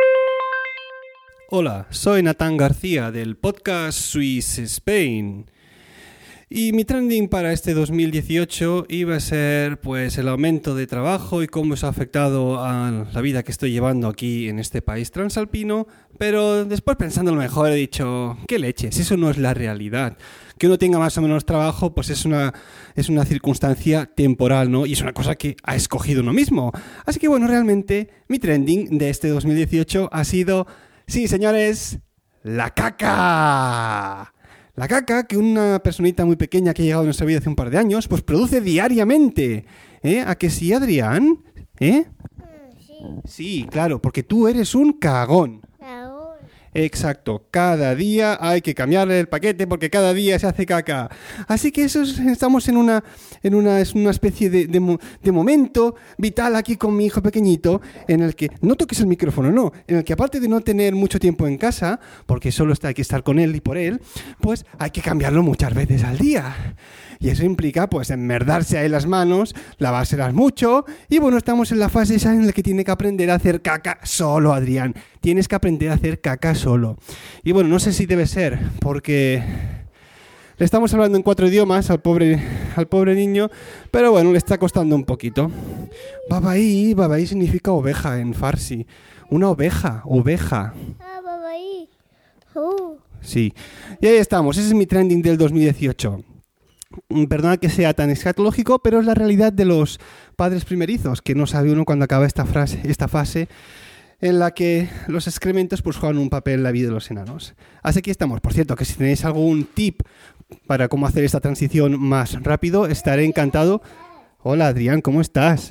Hola, soy Natán García del podcast Swiss Spain. Y mi trending para este dos mil dieciocho iba a ser pues el aumento de trabajo y cómo eso ha afectado a la vida que estoy llevando aquí en este país transalpino, pero después pensándolo mejor he dicho, ¿qué leches? Eso no es la realidad. Que uno tenga más o menos trabajo pues es una, es una circunstancia temporal, ¿no? Y es una cosa que ha escogido uno mismo. Así que bueno, realmente mi trending de este dos mil dieciocho ha sido, sí señores, la caca. La caca que una personita muy pequeña que ha llegado a nuestra vida hace un par de años, pues produce diariamente. ¿Eh? ¿A que sí, Adrián? ¿Eh? Sí. Sí, claro, porque tú eres un cagón. Cagón. Exacto, cada día hay que cambiarle el paquete porque cada día se hace caca. Así que eso es, estamos en una, en una, es una especie de, de, de momento vital aquí con mi hijo pequeñito, en el que, no toques el micrófono, no, en el que aparte de no tener mucho tiempo en casa, porque solo está, hay que estar con él y por él, pues hay que cambiarlo muchas veces al día. Y eso implica, pues, enmerdarse ahí las manos, lavárselas mucho, y bueno, estamos en la fase esa en la que tiene que aprender a hacer caca solo, Adrián. Tienes que aprender a hacer caca solo. Y bueno, no sé si debe ser, porque le estamos hablando en cuatro idiomas al pobre, al pobre niño, pero bueno, le está costando un poquito. Babaí, babaí significa oveja en farsi. Una oveja, oveja. Ah, babaí. Uh. Sí, y ahí estamos, ese es mi trending del dos mil dieciocho. Perdona que sea tan escatológico, pero es la realidad de los padres primerizos, que no sabe uno cuando acaba esta, frase, esta fase en la que los excrementos pues juegan un papel en la vida de los enanos. Así que estamos. Por cierto, que si tenéis algún tip para cómo hacer esta transición más rápido, estaré encantado. Hola, Adrián, ¿cómo estás?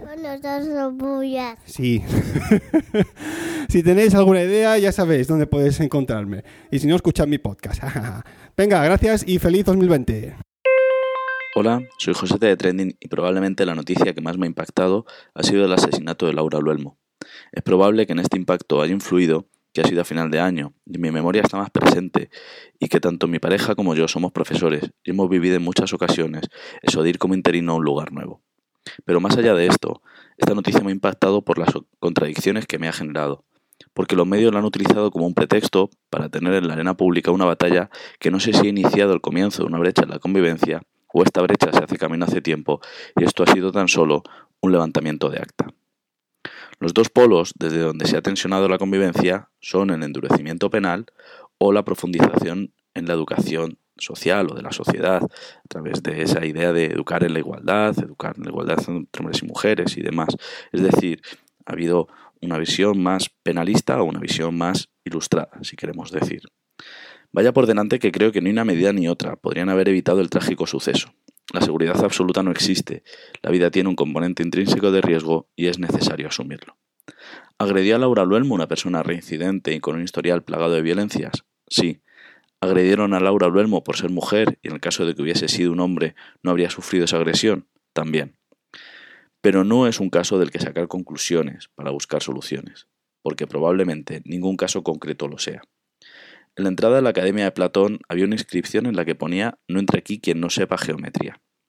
Sí. Si tenéis alguna idea, ya sabéis dónde podéis encontrarme. Y si no, escuchad mi podcast. Venga, gracias y feliz dos mil veinte. Hola, soy José de Trending y probablemente la noticia que más me ha impactado ha sido el asesinato de Laura Luelmo. Es probable que en este impacto haya influido que ha sido a final de año y mi memoria está más presente y que tanto mi pareja como yo somos profesores y hemos vivido en muchas ocasiones eso de ir como interino a un lugar nuevo. Pero más allá de esto, esta noticia me ha impactado por las contradicciones que me ha generado, porque los medios la han utilizado como un pretexto para tener en la arena pública una batalla que no sé si ha iniciado el comienzo de una brecha en la convivencia o esta brecha se hace camino hace tiempo y esto ha sido tan solo un levantamiento de acta. Los dos polos desde donde se ha tensionado la convivencia son el endurecimiento penal o la profundización en la educación social o de la sociedad a través de esa idea de educar en la igualdad, educar en la igualdad entre hombres y mujeres y demás. Es decir, ha habido una visión más penalista o una visión más ilustrada, si queremos decir. Vaya por delante que creo que ni una medida ni otra podrían haber evitado el trágico suceso. La seguridad absoluta no existe, la vida tiene un componente intrínseco de riesgo y es necesario asumirlo. ¿Agredió a Laura Luelmo, una persona reincidente y con un historial plagado de violencias? Sí. ¿Agredieron a Laura Luelmo por ser mujer y en el caso de que hubiese sido un hombre no habría sufrido esa agresión? También. Pero no es un caso del que sacar conclusiones para buscar soluciones, porque probablemente ningún caso concreto lo sea. En la entrada de la Academia de Platón había una inscripción en la que ponía «No entre aquí quien no sepa geometría».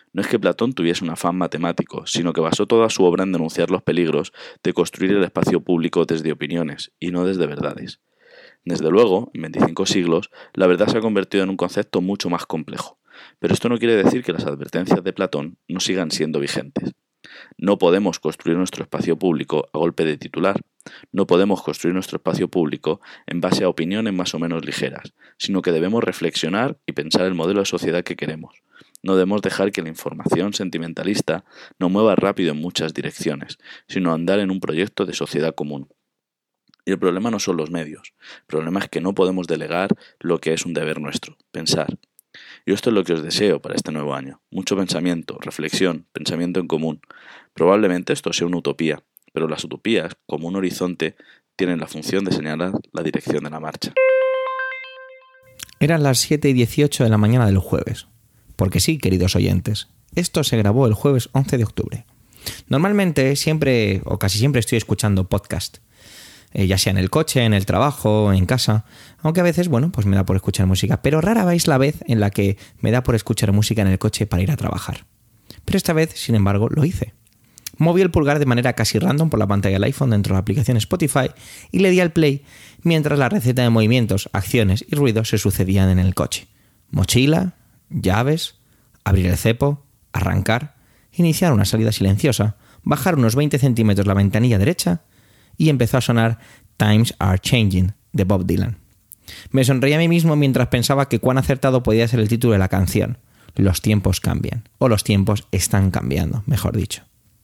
No es que Platón tuviese un afán matemático, sino que basó toda su obra en denunciar los peligros de construir el espacio público desde opiniones y no desde verdades. Desde luego, en veinticinco siglos, la verdad se ha convertido en un concepto mucho más complejo, pero esto no quiere decir que las advertencias de Platón no sigan siendo vigentes. No podemos construir nuestro espacio público a golpe de titular. No podemos construir nuestro espacio público en base a opiniones más o menos ligeras, sino que debemos reflexionar y pensar el modelo de sociedad que queremos. No debemos dejar que la información sentimentalista nos mueva rápido en muchas direcciones, sino andar en un proyecto de sociedad común. Y el problema no son los medios. El problema es que no podemos delegar lo que es un deber nuestro, pensar. Y esto es lo que os deseo para este nuevo año. Mucho pensamiento, reflexión, pensamiento en común. Probablemente esto sea una utopía, pero las utopías, como un horizonte, tienen la función de señalar la dirección de la marcha. Eran las siete y dieciocho de la mañana del jueves. Porque sí, queridos oyentes, esto se grabó el jueves once de octubre. Normalmente siempre, o casi siempre, estoy escuchando podcast. Eh, ya sea en el coche, en el trabajo, en casa, aunque a veces, bueno, pues me da por escuchar música, pero rara vez la vez en la que me da por escuchar música en el coche para ir a trabajar. Pero esta vez, sin embargo, lo hice. Moví el pulgar de manera casi random por la pantalla del iPhone dentro de la aplicación Spotify y le di al play mientras la receta de movimientos, acciones y ruidos se sucedían en el coche. Mochila, llaves, abrir el cepo, arrancar, iniciar una salida silenciosa, bajar unos veinte centímetros la ventanilla derecha y empezó a sonar Times Are Changing, de Bob Dylan. Me sonreí a mí mismo mientras pensaba que cuán acertado podía ser el título de la canción. Los tiempos cambian, o los tiempos están cambiando, mejor dicho.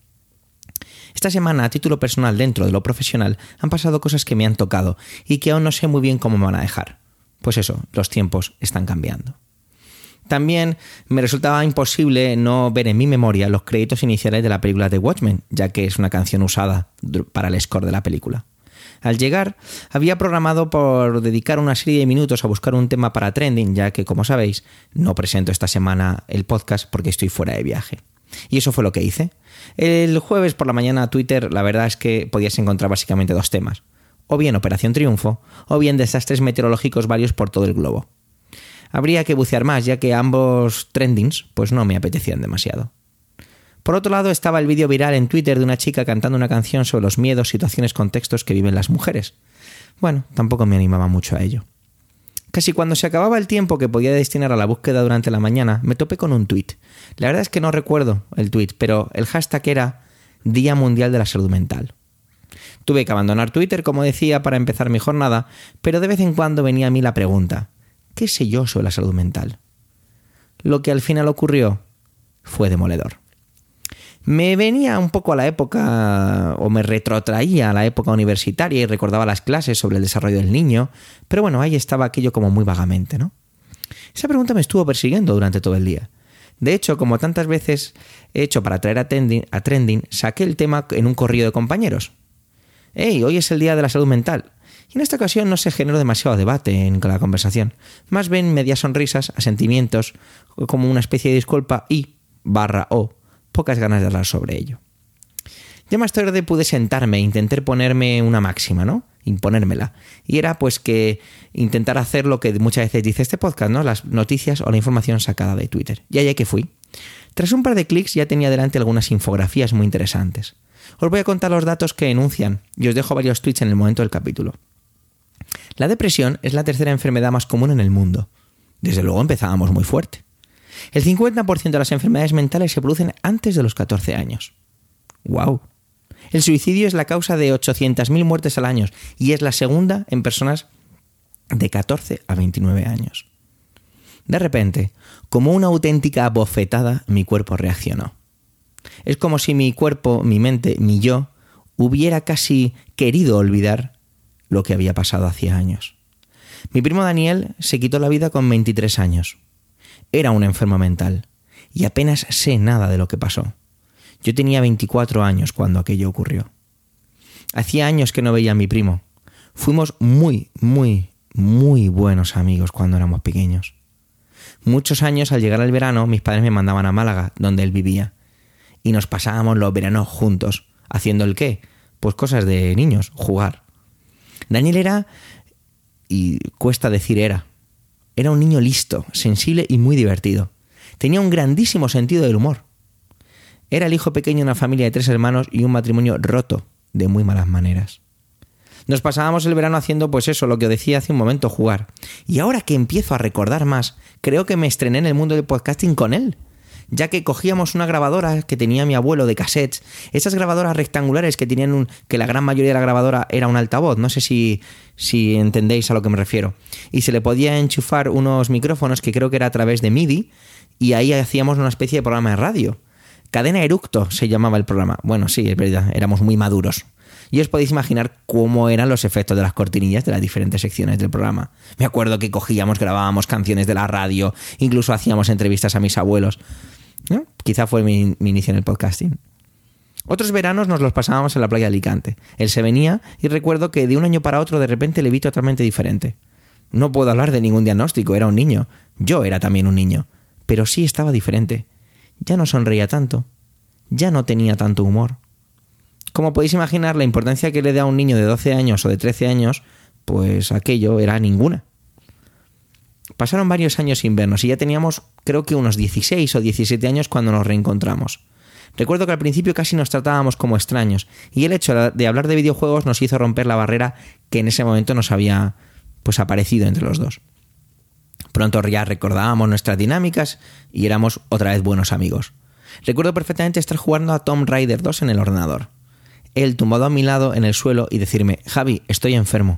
Esta semana, a título personal dentro de lo profesional, han pasado cosas que me han tocado y que aún no sé muy bien cómo me van a dejar. Pues eso, los tiempos están cambiando. También me resultaba imposible no ver en mi memoria los créditos iniciales de la película The Watchmen, ya que es una canción usada para el score de la película. Al llegar, había programado por dedicar una serie de minutos a buscar un tema para Trending, ya que, como sabéis, no presento esta semana el podcast porque estoy fuera de viaje. Y eso fue lo que hice. El jueves por la mañana Twitter, la verdad es que podías encontrar básicamente dos temas. O bien Operación Triunfo, o bien desastres meteorológicos varios por todo el globo. Habría que bucear más, ya que ambos trendings pues no me apetecían demasiado. Por otro lado estaba el vídeo viral en Twitter de una chica cantando una canción sobre los miedos, situaciones, contextos que viven las mujeres. Bueno, tampoco me animaba mucho a ello. Casi cuando se acababa el tiempo que podía destinar a la búsqueda durante la mañana, me topé con un tuit. La verdad es que no recuerdo el tuit, pero el hashtag era Día Mundial de la Salud Mental. Tuve que abandonar Twitter, como decía, para empezar mi jornada, pero de vez en cuando venía a mí la pregunta: ¿qué sé yo sobre la salud mental? Lo que al final ocurrió fue demoledor. Me venía un poco a la época, o me retrotraía a la época universitaria y recordaba las clases sobre el desarrollo del niño, pero bueno, ahí estaba aquello como muy vagamente, ¿no? Esa pregunta me estuvo persiguiendo durante todo el día. De hecho, como tantas veces he hecho para traer a Trending, a Trending saqué el tema en un corrillo de compañeros. ¡Hey, hoy es el Día de la Salud Mental! Y en esta ocasión no se generó demasiado debate en la conversación. Más bien medias sonrisas, asentimientos, como una especie de disculpa y, barra o, pocas ganas de hablar sobre ello. Ya más tarde pude sentarme e intentar ponerme una máxima, ¿no? Imponérmela. Y era pues que intentar hacer lo que muchas veces dice este podcast, ¿no? Las noticias o la información sacada de Twitter. Y allá que fui. Tras un par de clics ya tenía delante algunas infografías muy interesantes. Os voy a contar los datos que enuncian y os dejo varios tweets en el momento del capítulo. La depresión es la tercera enfermedad más común en el mundo. Desde luego empezábamos muy fuerte. El cincuenta por ciento de las enfermedades mentales se producen antes de los catorce años. ¡Guau! El suicidio es la causa de ochocientas mil muertes al año y es la segunda en personas de catorce a veintinueve años. De repente, como una auténtica bofetada, mi cuerpo reaccionó. Es como si mi cuerpo, mi mente, mi yo, hubiera casi querido olvidar lo que había pasado hacía años. Mi primo Daniel se quitó la vida con veintitrés años. Era un enfermo mental y apenas sé nada de lo que pasó. Yo tenía veinticuatro años cuando aquello ocurrió. Hacía años que no veía a mi primo. Fuimos muy, muy, muy buenos amigos cuando éramos pequeños. Muchos años al llegar al verano mis padres me mandaban a Málaga, donde él vivía. Y nos pasábamos los veranos juntos. ¿Haciendo el qué? Pues cosas de niños, jugar. Daniel era, y cuesta decir era, era un niño listo, sensible y muy divertido. Tenía un grandísimo sentido del humor. Era el hijo pequeño de una familia de tres hermanos y un matrimonio roto de muy malas maneras. Nos pasábamos el verano haciendo pues eso, lo que os decía hace un momento, jugar. Y ahora que empiezo a recordar más, creo que me estrené en el mundo del podcasting con él. Ya que cogíamos una grabadora que tenía mi abuelo de cassettes, esas grabadoras rectangulares que tenían un, que la gran mayoría de la grabadora era un altavoz, no sé si, si entendéis a lo que me refiero, y se le podía enchufar unos micrófonos que creo que era a través de MIDI, y ahí hacíamos una especie de programa de radio. Cadena Eructo se llamaba el programa. Bueno, sí, es verdad, éramos muy maduros. Y os podéis imaginar cómo eran los efectos de las cortinillas de las diferentes secciones del programa. Me acuerdo que cogíamos, grabábamos canciones de la radio, incluso hacíamos entrevistas a mis abuelos. ¿No? Quizá fue mi, mi inicio en el podcasting. Otros veranos nos los pasábamos en la playa de Alicante. Él se venía y recuerdo que de un año para otro de repente le vi totalmente diferente. No puedo hablar de ningún diagnóstico, era un niño. Yo era también un niño. Pero sí estaba diferente. Ya no sonreía tanto. Ya no tenía tanto humor. Como podéis imaginar, la importancia que le da a un niño de doce años o de trece años, pues aquello era ninguna. Pasaron varios años sin vernos y ya teníamos creo que unos dieciséis o diecisiete años cuando nos reencontramos. Recuerdo que al principio casi nos tratábamos como extraños y el hecho de hablar de videojuegos nos hizo romper la barrera que en ese momento nos había pues aparecido entre los dos. Pronto ya recordábamos nuestras dinámicas y éramos otra vez buenos amigos. Recuerdo perfectamente estar jugando a Tomb Raider dos en el ordenador. Él tumbado a mi lado en el suelo y decirme: Javi, estoy enfermo.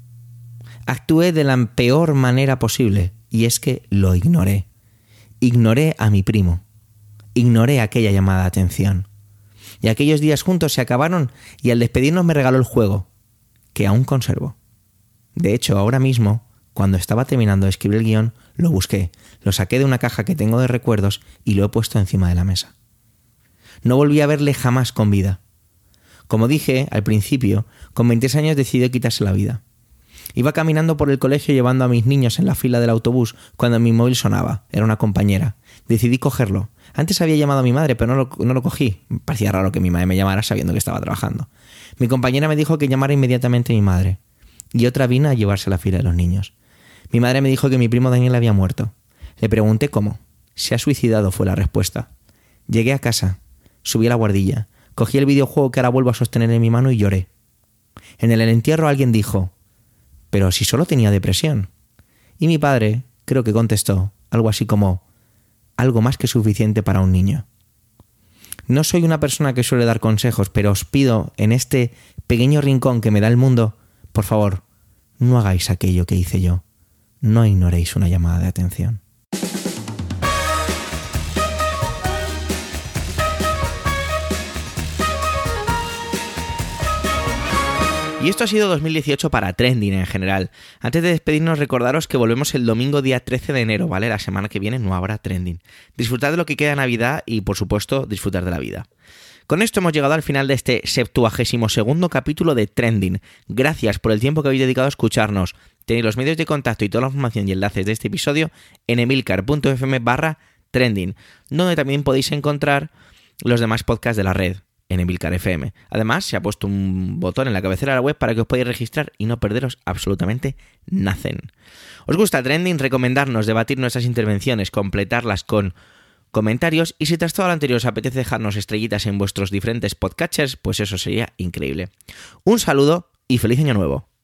Actué de la peor manera posible y es que lo ignoré. Ignoré a mi primo. Ignoré aquella llamada de atención. Y aquellos días juntos se acabaron y al despedirnos me regaló el juego, que aún conservo. De hecho, ahora mismo, cuando estaba terminando de escribir el guión, lo busqué, lo saqué de una caja que tengo de recuerdos y lo he puesto encima de la mesa. No volví a verle jamás con vida. Como dije al principio, con veintiséis años decidió quitarse la vida. Iba caminando por el colegio llevando a mis niños en la fila del autobús cuando mi móvil sonaba. Era una compañera. Decidí cogerlo. Antes había llamado a mi madre, pero no lo, no lo cogí. Me parecía raro que mi madre me llamara sabiendo que estaba trabajando. Mi compañera me dijo que llamara inmediatamente a mi madre. Y otra vino a llevarse a la fila de los niños. Mi madre me dijo que mi primo Daniel había muerto. Le pregunté cómo. Se ha suicidado, fue la respuesta. Llegué a casa. Subí a la guardilla. Cogí el videojuego que ahora vuelvo a sostener en mi mano y lloré. En el entierro alguien dijo: pero si solo tenía depresión. Y mi padre creo que contestó algo así como: algo más que suficiente para un niño. No soy una persona que suele dar consejos, pero os pido en este pequeño rincón que me da el mundo, por favor, no hagáis aquello que hice yo. No ignoréis una llamada de atención. Y esto ha sido dos mil dieciocho para Trending en general. Antes de despedirnos, recordaros que volvemos el domingo día trece de enero, ¿vale? La semana que viene no habrá Trending. Disfrutad de lo que queda de Navidad y, por supuesto, disfrutar de la vida. Con esto hemos llegado al final de este septuagésimo segundo capítulo de Trending. Gracias por el tiempo que habéis dedicado a escucharnos. Tenéis los medios de contacto y toda la información y enlaces de este episodio en emilcar.fm barra trending, donde también podéis encontrar los demás podcasts de la red en Emilcar F M. Además, se ha puesto un botón en la cabecera de la web para que os podáis registrar y no perderos absolutamente nothing. ¿Os gusta Trending? Recomendarnos, debatir nuestras intervenciones, completarlas con comentarios, y si tras todo lo anterior os apetece dejarnos estrellitas en vuestros diferentes podcatchers, pues eso sería increíble. Un saludo y feliz año nuevo.